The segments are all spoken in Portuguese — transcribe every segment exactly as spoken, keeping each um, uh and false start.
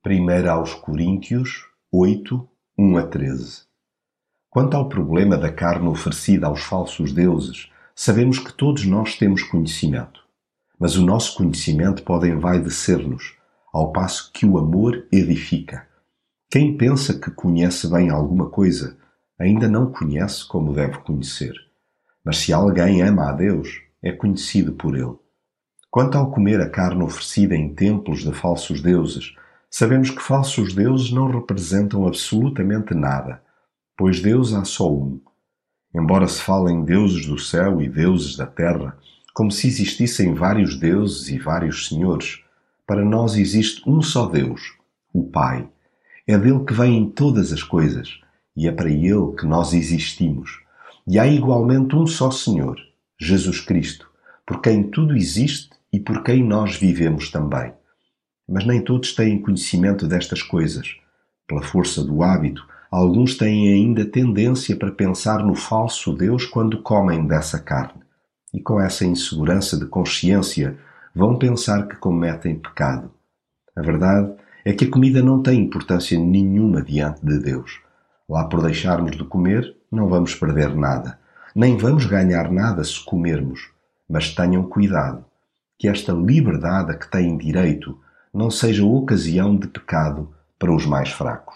Primeira aos Coríntios oito, um a treze. Quanto ao problema da carne oferecida aos falsos deuses, sabemos que todos nós temos conhecimento. Mas o nosso conhecimento pode envaidecer-nos, ao passo que o amor edifica. Quem pensa que conhece bem alguma coisa, ainda não conhece como deve conhecer. Mas se alguém ama a Deus, é conhecido por Ele. Quanto ao comer a carne oferecida em templos de falsos deuses, sabemos que falsos deuses não representam absolutamente nada, pois Deus há só um. Embora se fale em deuses do céu e deuses da terra, como se existissem vários deuses e vários senhores, para nós existe um só Deus, o Pai. É dele que vêm todas as coisas, e é para ele que nós existimos. E há igualmente um só Senhor, Jesus Cristo, por quem tudo existe e por quem nós vivemos também. Mas nem todos têm conhecimento destas coisas. Pela força do hábito, alguns têm ainda tendência para pensar no falso Deus quando comem dessa carne. E com essa insegurança de consciência, vão pensar que cometem pecado. A verdade é que a comida não tem importância nenhuma diante de Deus. Lá por deixarmos de comer, não vamos perder nada. Nem vamos ganhar nada se comermos. Mas tenham cuidado, que esta liberdade a que têm direito não seja ocasião de pecado para os mais fracos.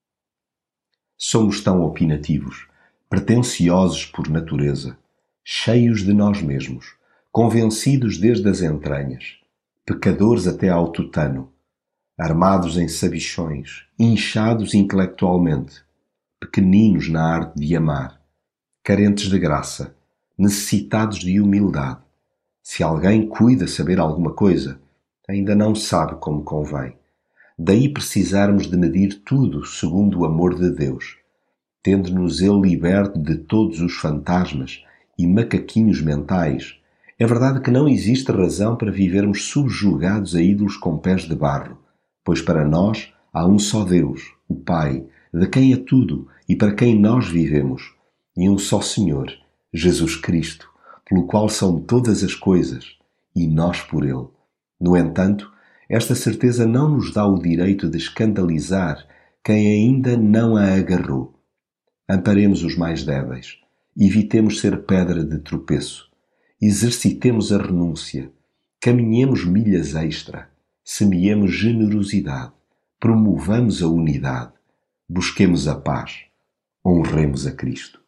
Somos tão opinativos, pretensiosos por natureza, cheios de nós mesmos, convencidos desde as entranhas, pecadores até ao tutano, armados em sabichões, inchados intelectualmente, pequeninos na arte de amar, carentes de graça, necessitados de humildade. Se alguém cuida saber alguma coisa, ainda não sabe como convém. Daí precisarmos de medir tudo segundo o amor de Deus, tendo-nos Ele liberto de todos os fantasmas e macaquinhos mentais. É verdade que não existe razão para vivermos subjugados a ídolos com pés de barro, pois para nós há um só Deus, o Pai, de quem é tudo e para quem nós vivemos, e um só Senhor, Jesus Cristo, pelo qual são todas as coisas, e nós por Ele. No entanto, esta certeza não nos dá o direito de escandalizar quem ainda não a agarrou. Amparemos os mais débeis, evitemos ser pedra de tropeço, exercitemos a renúncia, caminhemos milhas extra, semeemos generosidade, promovamos a unidade, busquemos a paz, honremos a Cristo.